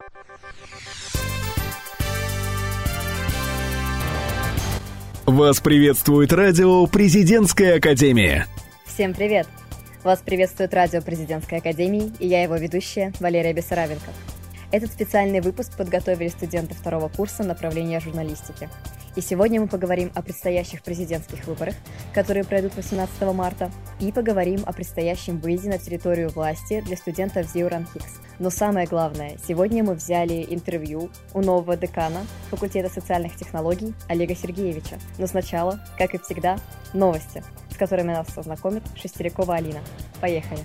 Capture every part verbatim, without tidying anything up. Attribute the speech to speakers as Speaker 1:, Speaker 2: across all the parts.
Speaker 1: Вас приветствует радио «Президентская академия».
Speaker 2: Всем привет! Вас приветствует радио «Президентской академии» и я его ведущая Валерия Бессарабенко. Этот специальный выпуск подготовили студенты второго курса направления журналистики. И сегодня мы поговорим о предстоящих президентских выборах, которые пройдут восемнадцатого марта, и поговорим о предстоящем выезде на территорию власти для студентов ЗИУ РАНХИКС. Но самое главное, сегодня мы взяли интервью у нового декана факультета социальных технологий Олега Сергеевича. Но сначала, как и всегда, новости, с которыми нас познакомит Шестерякова Алина. Поехали!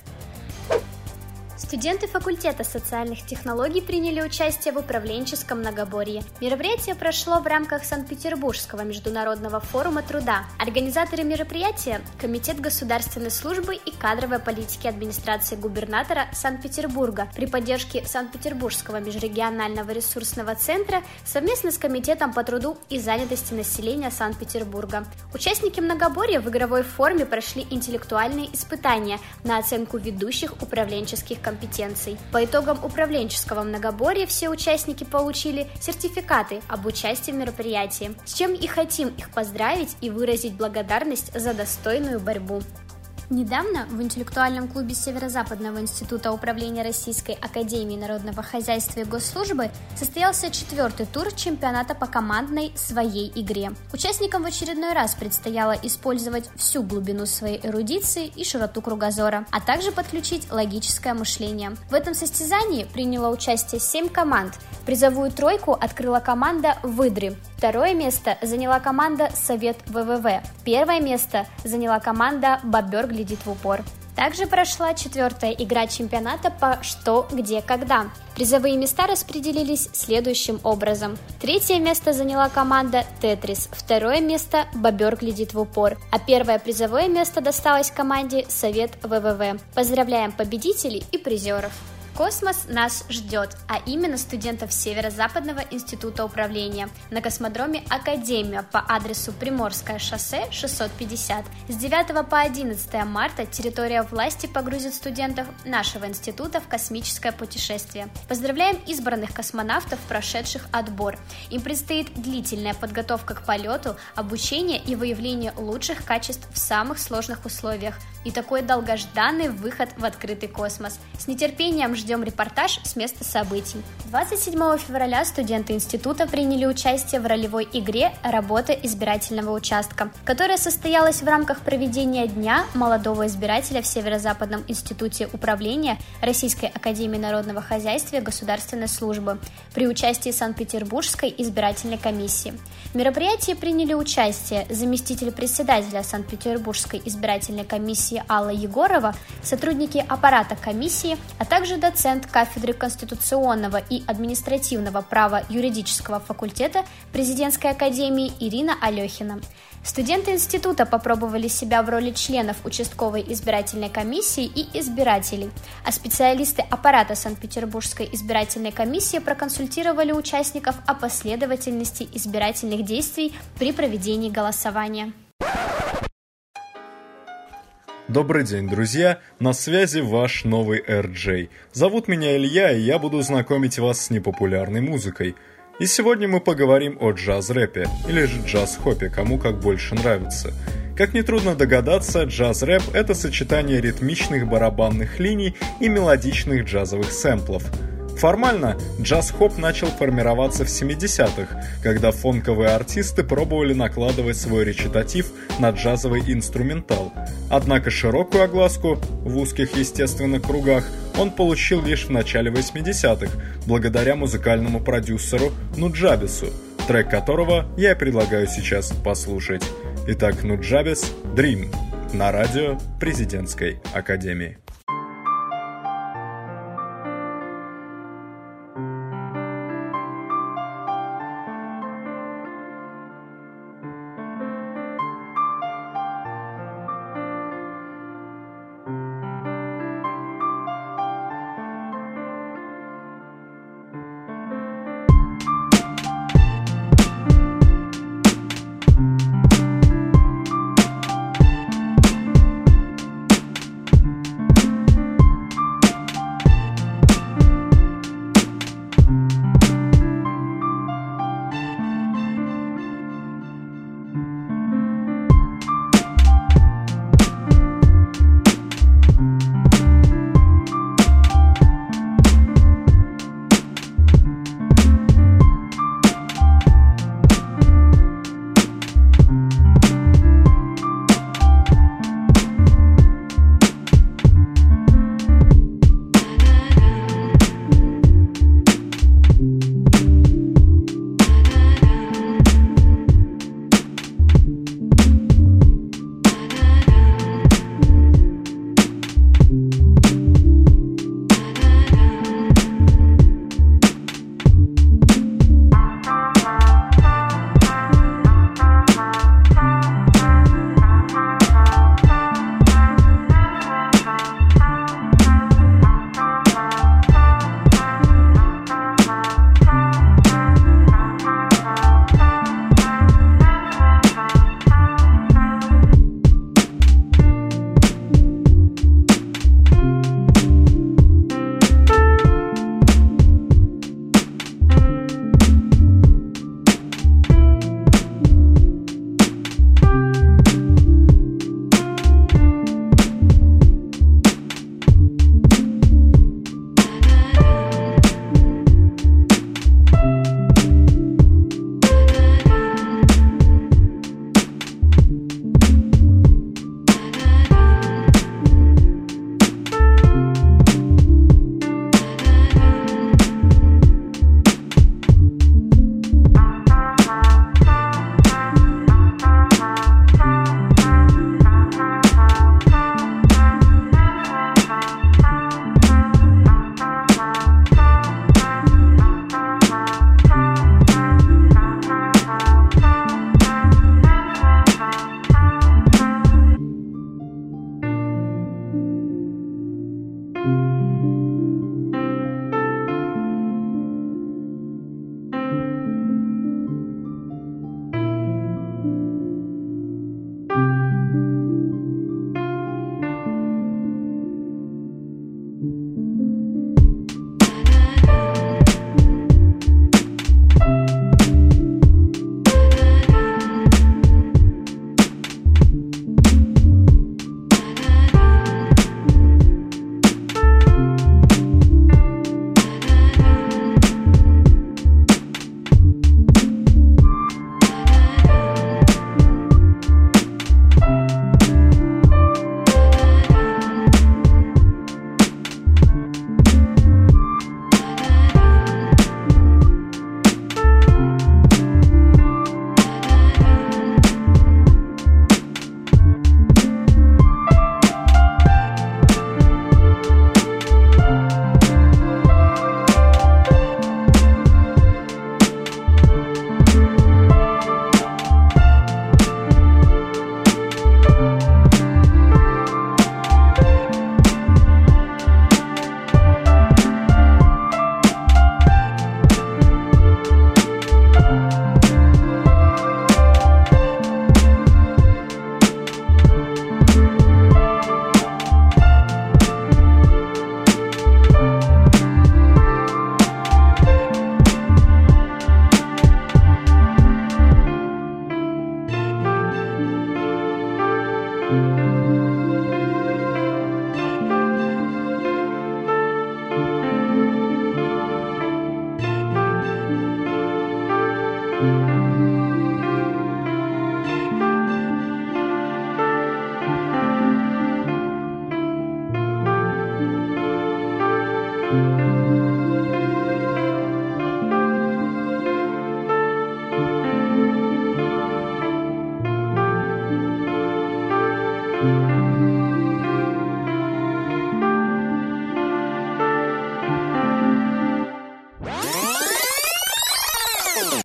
Speaker 3: Студенты факультета социальных технологий приняли участие в управленческом многоборье. Мероприятие прошло в рамках Санкт-Петербургского международного форума труда. Организаторы мероприятия – Комитет государственной службы и кадровой политики администрации губернатора Санкт-Петербурга при поддержке Санкт-Петербургского межрегионального ресурсного центра совместно с Комитетом по труду и занятости населения Санкт-Петербурга. Участники многоборья в игровой форме прошли интеллектуальные испытания на оценку ведущих управленческих компетенций. компетенций. По итогам управленческого многоборья все участники получили сертификаты об участии в мероприятии, с чем и хотим их поздравить и выразить благодарность за достойную борьбу. Недавно в интеллектуальном клубе Северо-Западного института управления Российской академии народного хозяйства и госслужбы состоялся четвертый тур чемпионата по командной своей игре. Участникам в очередной раз предстояло использовать всю глубину своей эрудиции и широту кругозора, а также подключить логическое мышление. В этом состязании приняло участие семь команд. Призовую тройку открыла команда «Выдры». Второе место заняла команда «Совет ВВВ». Первое место заняла команда «Бобер глядит в упор». Также прошла четвертая игра чемпионата по «Что, где, когда». Призовые места распределились следующим образом. Третье место заняла команда «Тетрис», второе место «Бобер глядит в упор», а первое призовое место досталось команде «Совет ВВВ». Поздравляем победителей и призеров! Космос нас ждет, а именно студентов Северо-Западного института управления на космодроме Академия по адресу Приморское шоссе шестьсот пятьдесят. С девятого по одиннадцатое марта территория власти погрузит студентов нашего института в космическое путешествие. Поздравляем избранных космонавтов, прошедших отбор. Им предстоит длительная подготовка к полету, обучение и выявление лучших качеств в самых сложных условиях и такой долгожданный выход в открытый космос. С нетерпением ждем репортаж с места событий. двадцать седьмого февраля студенты института приняли участие в ролевой игре «Работа избирательного участка», которая состоялась в рамках проведения Дня молодого избирателя в Северо-Западном институте управления Российской академии народного хозяйства и государственной службы при участии Санкт-Петербургской избирательной комиссии. В мероприятии приняли участие заместитель председателя Санкт-Петербургской избирательной комиссии Алла Егорова, сотрудники аппарата комиссии, а также доцент кафедры конституционного и административного права юридического факультета Президентской академии Ирина Алехина. Студенты института попробовали себя в роли членов участковой избирательной комиссии и избирателей, а специалисты аппарата Санкт-Петербургской избирательной комиссии проконсультировали участников о последовательности избирательных действий при проведении голосования.
Speaker 4: Добрый день, друзья! На связи ваш новый эр джей. Зовут меня Илья, и я буду знакомить вас с непопулярной музыкой. И сегодня мы поговорим о джаз-рэпе, или же джаз-хопе, кому как больше нравится. Как нетрудно догадаться, джаз-рэп – это сочетание ритмичных барабанных линий и мелодичных джазовых сэмплов. Формально джаз-хоп начал формироваться в семидесятых, когда фонковые артисты пробовали накладывать свой речитатив на джазовый инструментал. Однако широкую огласку, в узких, естественно, кругах, он получил лишь в начале восьмидесятых, благодаря музыкальному продюсеру Нуджабесу, трек которого я предлагаю сейчас послушать. Итак, Нуджабес «Dream» на радио Президентской академии.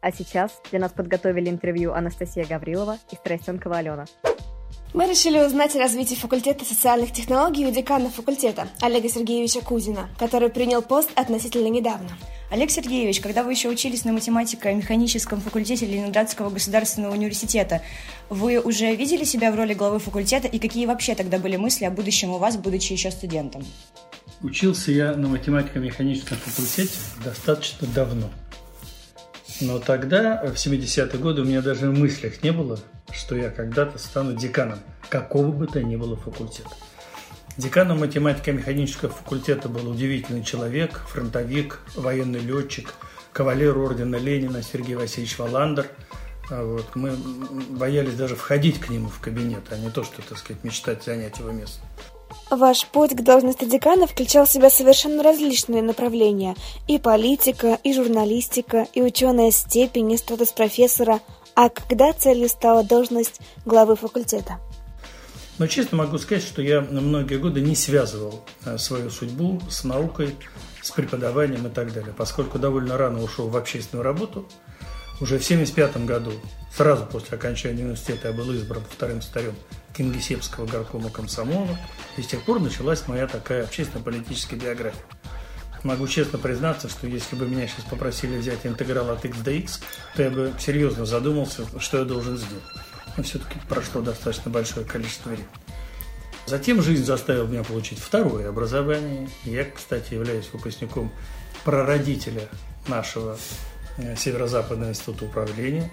Speaker 2: А сейчас для нас подготовили интервью Анастасия Гаврилова и Страстенкова Алена.
Speaker 5: Мы решили узнать о развитии факультета социальных технологий у декана факультета Олега Сергеевича Кузина, который принял пост относительно недавно.
Speaker 6: Олег Сергеевич, когда вы еще учились на математико-механическом факультете Ленинградского государственного университета, вы уже видели себя в роли главы факультета, и какие вообще тогда были мысли о будущем у вас, будучи еще студентом?
Speaker 7: Учился я на математико-механическом факультете достаточно давно. Но тогда, в семидесятые годы, у меня даже в мыслях не было, что я когда-то стану деканом какого бы то ни было факультета. Деканом математико-механического факультета был удивительный человек, фронтовик, военный летчик, кавалер ордена Ленина Сергей Васильевич Валандер. Вот. Мы боялись даже входить к нему в кабинет, а не то, что, так сказать, мечтать занять его место.
Speaker 5: Ваш путь к должности декана включал в себя совершенно различные направления. И политика, и журналистика, и ученая степень, и статус профессора. А когда целью стала должность главы факультета?
Speaker 7: Но честно могу сказать, что я на многие годы не связывал свою судьбу с наукой, с преподаванием и так далее, поскольку довольно рано ушел в общественную работу. Уже в семьдесят пятом году, сразу после окончания университета, я был избран вторым старем Кингисеппского горкома комсомола, и с тех пор началась моя такая общественно-политическая биография. Могу честно признаться, что если бы меня сейчас попросили взять интеграл от x до x, то я бы серьезно задумался, что я должен сделать. Но все-таки прошло достаточно большое количество времени. Затем жизнь заставила меня получить второе образование. Я, кстати, являюсь выпускником прародителя нашего Северо-Западного института управления.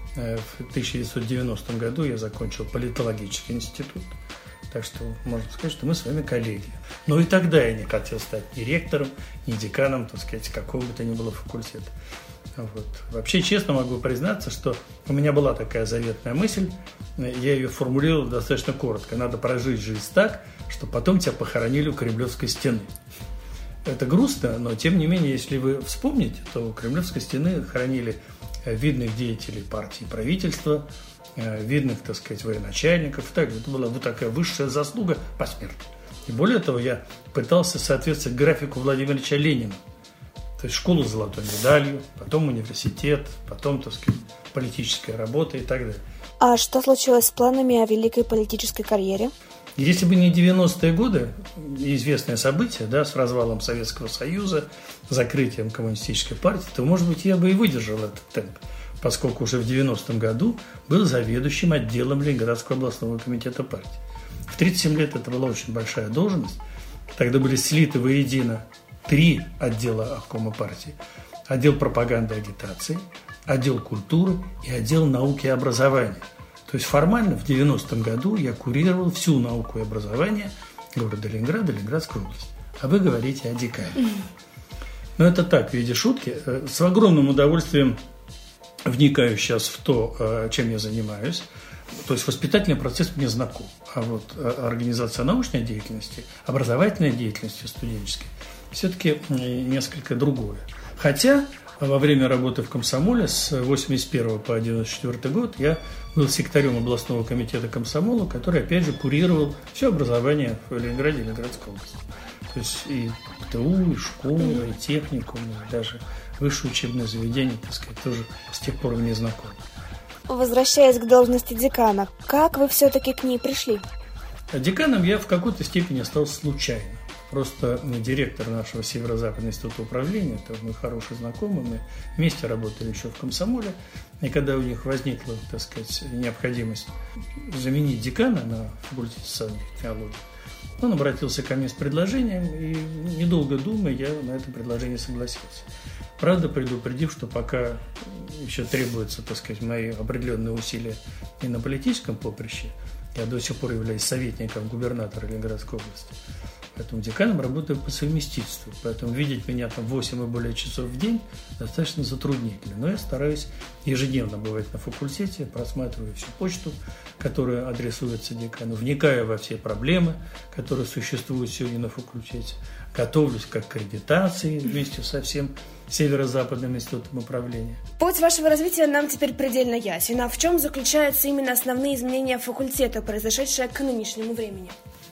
Speaker 7: В тысяча девятьсот девяностом году я закончил политологический институт. Так что можно сказать, что мы с вами коллеги. Но и тогда я не хотел стать ни ректором, ни деканом, так сказать, какого бы то ни было факультета. Вот. Вообще, честно могу признаться, что у меня была такая заветная мысль, я ее формулировал достаточно коротко. Надо прожить жизнь так, чтобы потом тебя похоронили у Кремлевской стены. Это грустно, но тем не менее, если вы вспомните, то у Кремлевской стены хоронили видных деятелей партии и правительства, видных, так сказать, военачальников. Так, это была вот такая высшая заслуга посмертно. И более того, я пытался соответствовать графику Владимира Ильича Ленина. То есть школу с золотой медалью, потом университет, потом, так сказать, политическая работа и так далее.
Speaker 5: А что случилось с планами о великой политической карьере?
Speaker 7: Если бы не девяностые годы, известное событие, да, с развалом Советского Союза, закрытием коммунистической партии, то, может быть, я бы и выдержал этот темп, поскольку уже в девяностом году был заведующим отделом Ленинградского областного комитета партии. В тридцать семь лет это была очень большая должность. Тогда были слиты воедино три отдела обкома партии. Отдел пропаганды и агитации, отдел культуры и отдел науки и образования. То есть формально в девяностом году я курировал всю науку и образование города Ленинграда, Ленинградской области. А вы говорите о декане. Но это так, в виде шутки. С огромным удовольствием вникаю сейчас в то, чем я занимаюсь. То есть воспитательный процесс мне знаком. А вот организация научной деятельности, образовательной деятельности студенческой все-таки несколько другое. Хотя во время работы в комсомоле с восемьдесят первого по девяносто четвёртый год я был секретарем областного комитета комсомола, который, опять же, курировал все образование в Ленинграде и Ленинградской области. То есть и ПТУ, и школа, и техникум, и даже высшее учебное заведение, так сказать, тоже с тех пор мне знакомы.
Speaker 5: Возвращаясь к должности декана, как вы все-таки к ней пришли?
Speaker 7: Деканом я в какой-то степени стал случайно. Просто директор нашего Северо-Западного института управления, это мой хороший знакомый, мы вместе работали еще в комсомоле, и когда у них возникла, так сказать, необходимость заменить декана на факультете социальных технологий, он обратился ко мне с предложением, и, недолго думая, я на это предложение согласился. Правда, предупредив, что пока еще требуются, так сказать, мои определенные усилия и на политическом поприще, я до сих пор являюсь советником губернатора Ленинградской области. Поэтому деканом работаю по совместительству. Поэтому видеть меня там восемь и более часов в день достаточно затруднительно. Но я стараюсь ежедневно бывать на факультете, просматриваю всю почту, которая адресуется декану, вникаю во все проблемы, которые существуют сегодня на факультете, готовлюсь к аккредитации вместе со всем Северо-Западным институтом управления.
Speaker 5: Путь вашего развития нам теперь предельно ясен. А в чем заключаются именно основные изменения факультета, произошедшие к нынешнему времени?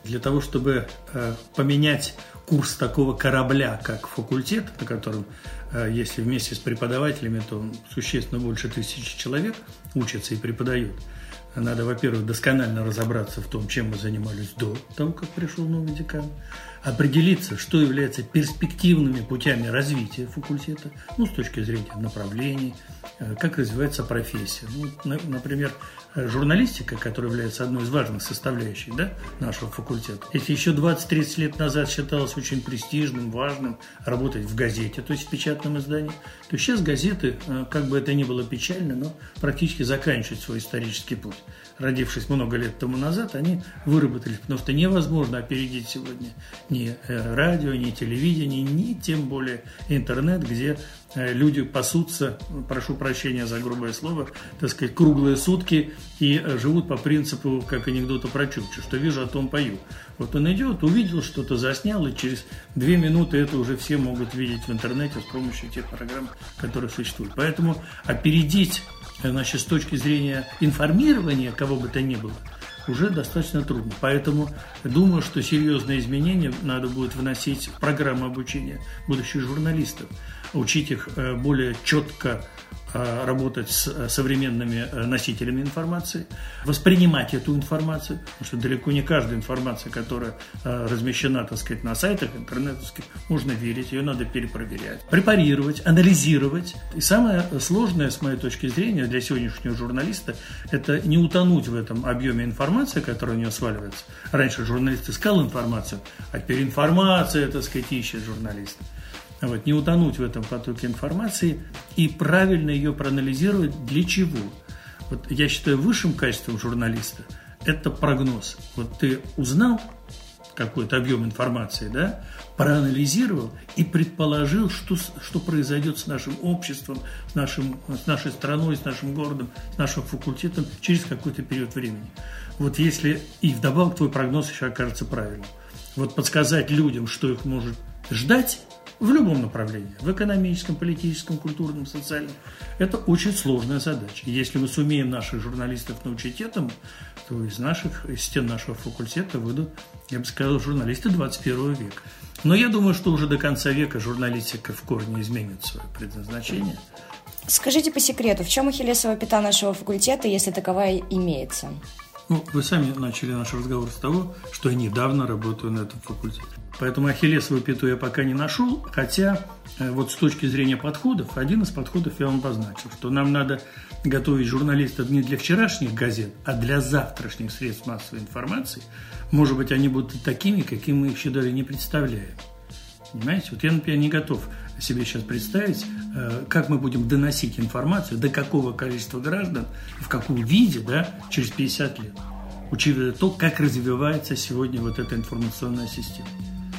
Speaker 7: Для того, чтобы э, поменять курс такого корабля, как факультет, на котором, э, если вместе с преподавателями, то существенно больше тысячи человек учатся и преподают, надо, во-первых, досконально разобраться в том, чем мы занимались до того, как пришел новый декан, определиться, что является перспективными путями развития факультета, ну, с точки зрения направлений, как развивается профессия. Ну, например, журналистика, которая является одной из важных составляющих, да, нашего факультета. Если еще двадцать-тридцать лет назад считалось очень престижным, важным работать в газете, то есть в печатном издании, то сейчас газеты, как бы это ни было печально, но практически заканчивают свой исторический путь. Родившись много лет тому назад, они выработались, потому что невозможно опередить сегодня ни радио, ни телевидение, ни тем более интернет, где люди пасутся, прошу прощения за грубое слово, так сказать, круглые сутки и живут по принципу, как анекдота про Чукчу, что вижу, о том пою. Вот он идет, увидел что-то, заснял, и через две минуты это уже все могут видеть в интернете с помощью тех программ, которые существуют. Поэтому опередить, значит, с точки зрения информирования кого бы то ни было, уже достаточно трудно. Поэтому думаю, что серьезные изменения надо будет вносить в программу обучения будущих журналистов, учить их более четко работать с современными носителями информации, воспринимать эту информацию, потому что далеко не каждая информация, которая размещена, так сказать, на сайтах интернетовских, можно верить, ее надо перепроверять, препарировать, анализировать. И самое сложное, с моей точки зрения, для сегодняшнего журналиста, это не утонуть в этом объеме информации, которая у него сваливается. Раньше журналист искал информацию, а теперь информация, так сказать, ищет журналист. Вот, не утонуть в этом потоке информации и правильно ее проанализировать. Для чего? Вот я считаю, высшим качеством журналиста это прогноз. Вот ты узнал какой-то объем информации, да, проанализировал и предположил, что, что произойдет с нашим обществом, с, нашим, с нашей страной, с нашим городом, с нашим факультетом через какой-то период времени. Вот если и вдобавок твой прогноз еще окажется правильным. Вот подсказать людям, что их может ждать в любом направлении, в экономическом, политическом, культурном, социальном, это очень сложная задача. Если мы сумеем наших журналистов научить этому, то из наших, из стен нашего факультета выйдут, я бы сказал, журналисты двадцать первого века. Но я думаю, что уже до конца века журналистика в корне изменит свое предназначение.
Speaker 6: Скажите по секрету, в чем ахиллесова пята нашего факультета, если таковая имеется?
Speaker 7: Ну, вы сами начали наш разговор с того, что я недавно работаю на этом факультете. Поэтому ахиллесовую пяту я пока не нашел, хотя вот с точки зрения подходов, один из подходов я вам обозначил, что нам надо готовить журналистов не для вчерашних газет, а для завтрашних средств массовой информации. Может быть, они будут такими, какими мы их еще даже не представляем. Понимаете? Вот я, например, не готов себе сейчас представить, как мы будем доносить информацию, до какого количества граждан, в каком виде, да, через пятьдесят лет, учитывая то, как развивается сегодня вот эта информационная система.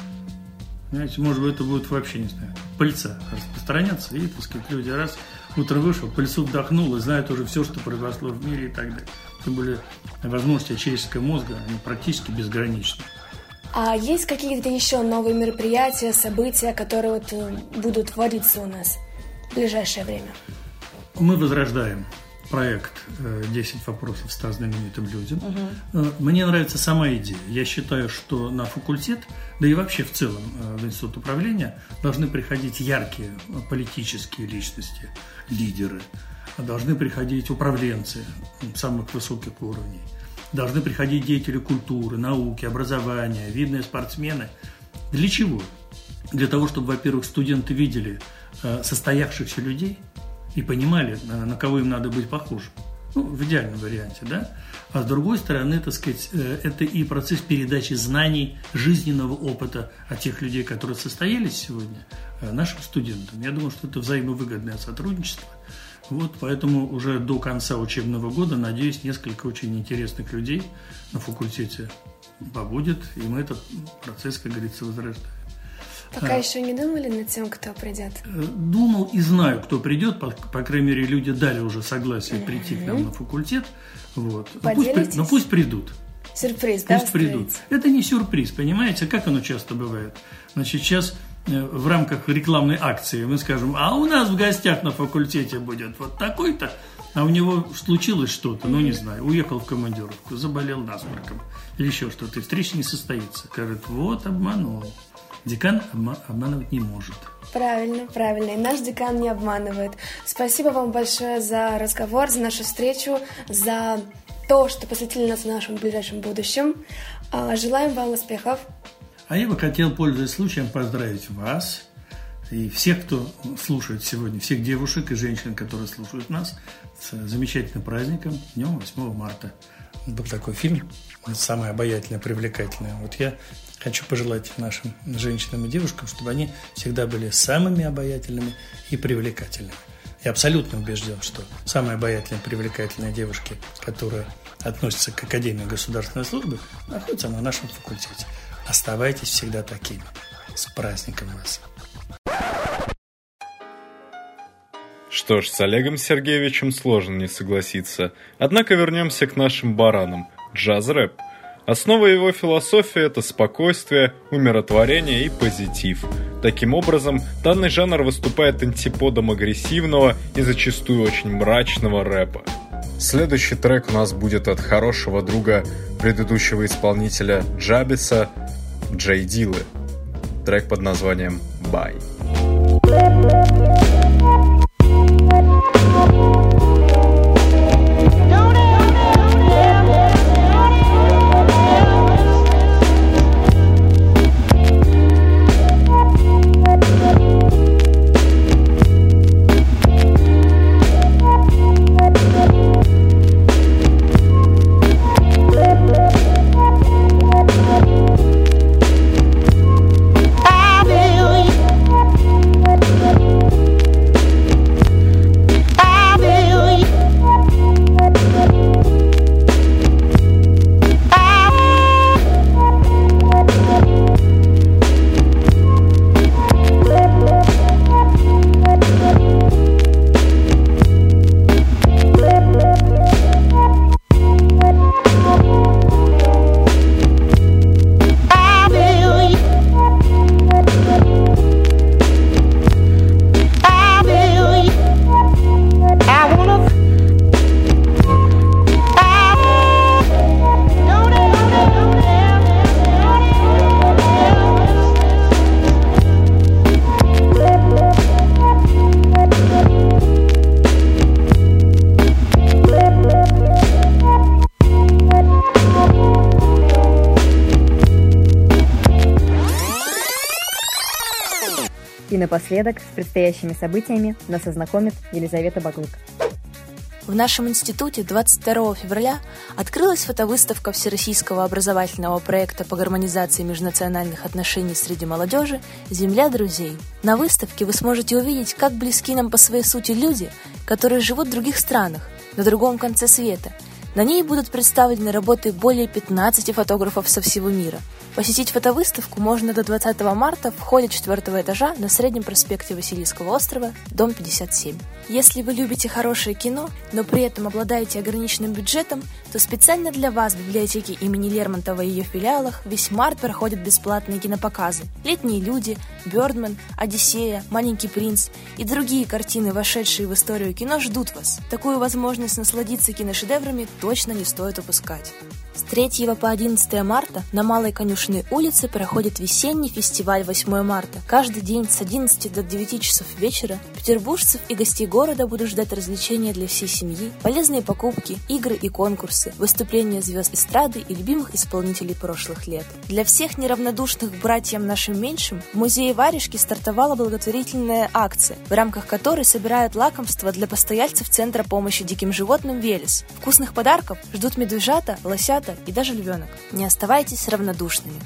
Speaker 7: Знаете, может быть, это будет вообще, не знаю, пыльца распространяться, и, так сказать, люди раз, утро вышел, пыльцу вдохнул и знают уже все, что произошло в мире и так далее. Тем более, возможности человеческого мозга, они практически безграничны.
Speaker 5: А есть какие-то еще новые мероприятия, события, которые вот будут вводиться у нас в ближайшее время?
Speaker 7: Мы возрождаем проект «десять вопросов ста знаменитым людям». Угу. Мне нравится сама идея. Я считаю, что на факультет, да и вообще в целом в институт управления должны приходить яркие политические личности, лидеры, должны приходить управленцы самых высоких уровней, должны приходить деятели культуры, науки, образования, видные спортсмены. Для чего? Для того, чтобы, во-первых, студенты видели состоявшихся людей и понимали, на кого им надо быть похожим. Ну, в идеальном варианте, да? А с другой стороны, так сказать, это и процесс передачи знаний, жизненного опыта от тех людей, которые состоялись сегодня, нашим студентам. Я думаю, что это взаимовыгодное сотрудничество. Вот, поэтому уже до конца учебного года, надеюсь, несколько очень интересных людей на факультете побудет, и мы этот процесс, как говорится, возрождаем.
Speaker 5: Пока а, еще не думали над тем, кто придет?
Speaker 7: Думал и знаю, кто придет. По, по крайней мере, люди дали уже согласие прийти к нам на факультет. Вот. Ну, пусть, ну, пусть придут.
Speaker 5: Сюрприз,
Speaker 7: пусть
Speaker 5: да?
Speaker 7: придут. Это не сюрприз, понимаете? Как оно часто бывает? Значит, сейчас в рамках рекламной акции мы скажем, а у нас в гостях на факультете будет вот такой-то, а у него случилось что-то, ну не знаю, уехал в командировку, заболел насморком или еще что-то, и встреча не состоится. Говорит, вот обманул. Декан обма- обманывать не может.
Speaker 5: Правильно, правильно. И наш декан не обманывает. Спасибо вам большое за разговор, за нашу встречу, за то, что посвятили нас в нашем ближайшем будущем. Желаем вам успехов.
Speaker 7: А я бы хотел, пользуясь случаем, поздравить вас и всех, кто слушает сегодня, всех девушек и женщин, которые слушают нас, с замечательным праздником, Днем восьмого марта. Был такой фильм, самое обаятельное, привлекательное. Вот я хочу пожелать нашим женщинам и девушкам, чтобы они всегда были самыми обаятельными и привлекательными. Я абсолютно убежден, что самые обаятельные и привлекательные девушки, которые относятся к Академии государственной службы, находятся на нашем факультете. Оставайтесь всегда такими. С праздником вас!
Speaker 4: Что ж, с Олегом Сергеевичем сложно не согласиться. Однако вернемся к нашим баранам. Джаз-рэп. Основа его философии – это спокойствие, умиротворение и позитив. Таким образом, данный жанр выступает антиподом агрессивного и зачастую очень мрачного рэпа. Следующий трек у нас будет от хорошего друга предыдущего исполнителя Джабиса, Джей Диллы. Трек под названием «Бай».
Speaker 2: И напоследок, с предстоящими событиями нас ознакомит Елизавета Баглык.
Speaker 8: В нашем институте двадцать второго февраля открылась фотовыставка Всероссийского образовательного проекта по гармонизации межнациональных отношений среди молодежи «Земля друзей». На выставке вы сможете увидеть, как близки нам по своей сути люди, которые живут в других странах, на другом конце света. На ней будут представлены работы более пятнадцати фотографов со всего мира. Посетить фотовыставку можно до двадцатого марта в холле четвертого этажа на Среднем проспекте Васильевского острова, дом пятьдесят семь. Если вы любите хорошее кино, но при этом обладаете ограниченным бюджетом, то специально для вас в библиотеке имени Лермонтова и ее филиалах весь март проходят бесплатные кинопоказы. «Летние люди», «Бёрдман», «Одиссея», «Маленький принц» и другие картины, вошедшие в историю кино, ждут вас. Такую возможность насладиться киношедеврами точно не стоит упускать. С третьего по одиннадцатое марта на Малой Конюшенной улице проходит весенний фестиваль восьмое марта. Каждый день с одиннадцати до девяти часов вечера петербуржцев и гостей города будут ждать развлечения для всей семьи, полезные покупки, игры и конкурсы, выступления звезд эстрады и любимых исполнителей прошлых лет. Для всех неравнодушных к братьям нашим меньшим в музее Варежки стартовала благотворительная акция, в рамках которой собирают лакомства для постояльцев Центра помощи диким животным «Велес». Вкусных подарков ждут медвежата, лосята и даже львенок. Не оставайтесь равнодушными.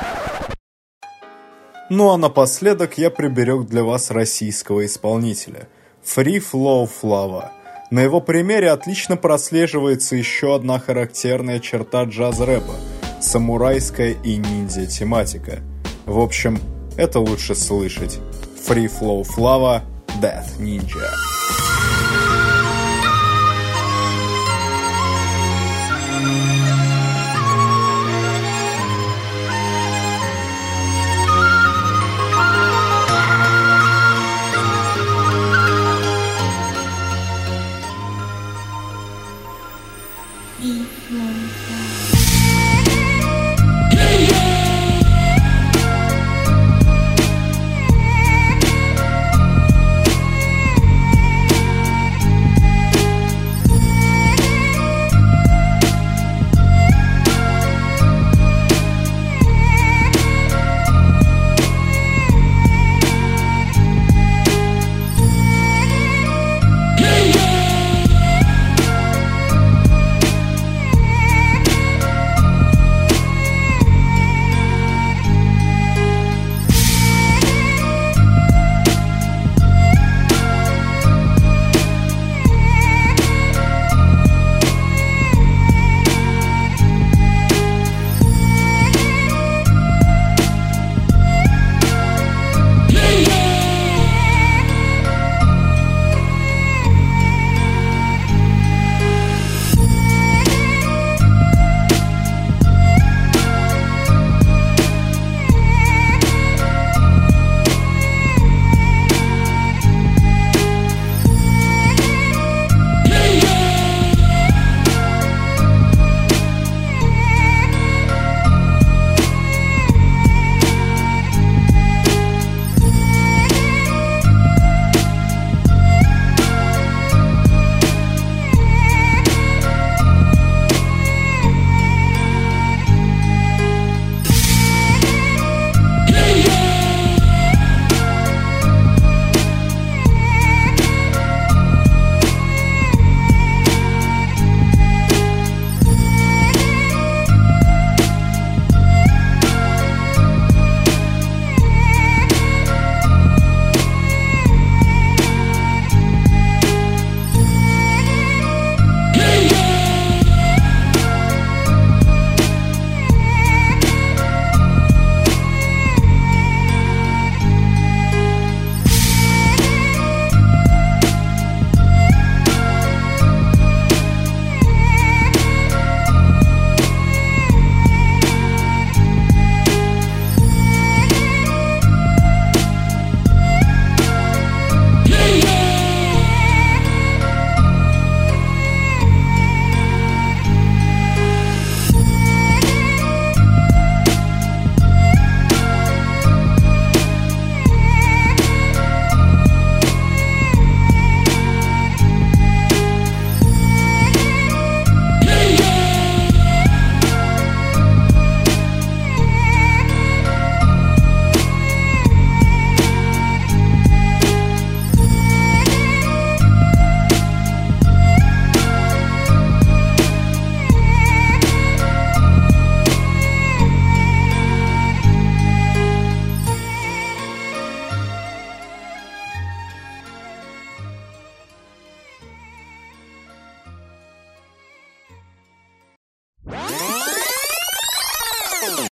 Speaker 4: Ну а напоследок я приберег для вас российского исполнителя Free Flow Flava. На его примере отлично прослеживается еще одна характерная черта джаз-рэпа – самурайская и ниндзя-тематика. В общем, это лучше слышать. Free Flow Flava – Death Ninja.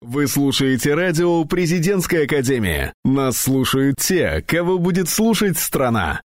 Speaker 1: Вы слушаете радио «Президентская академия». Нас слушают те, кого будет слушать страна.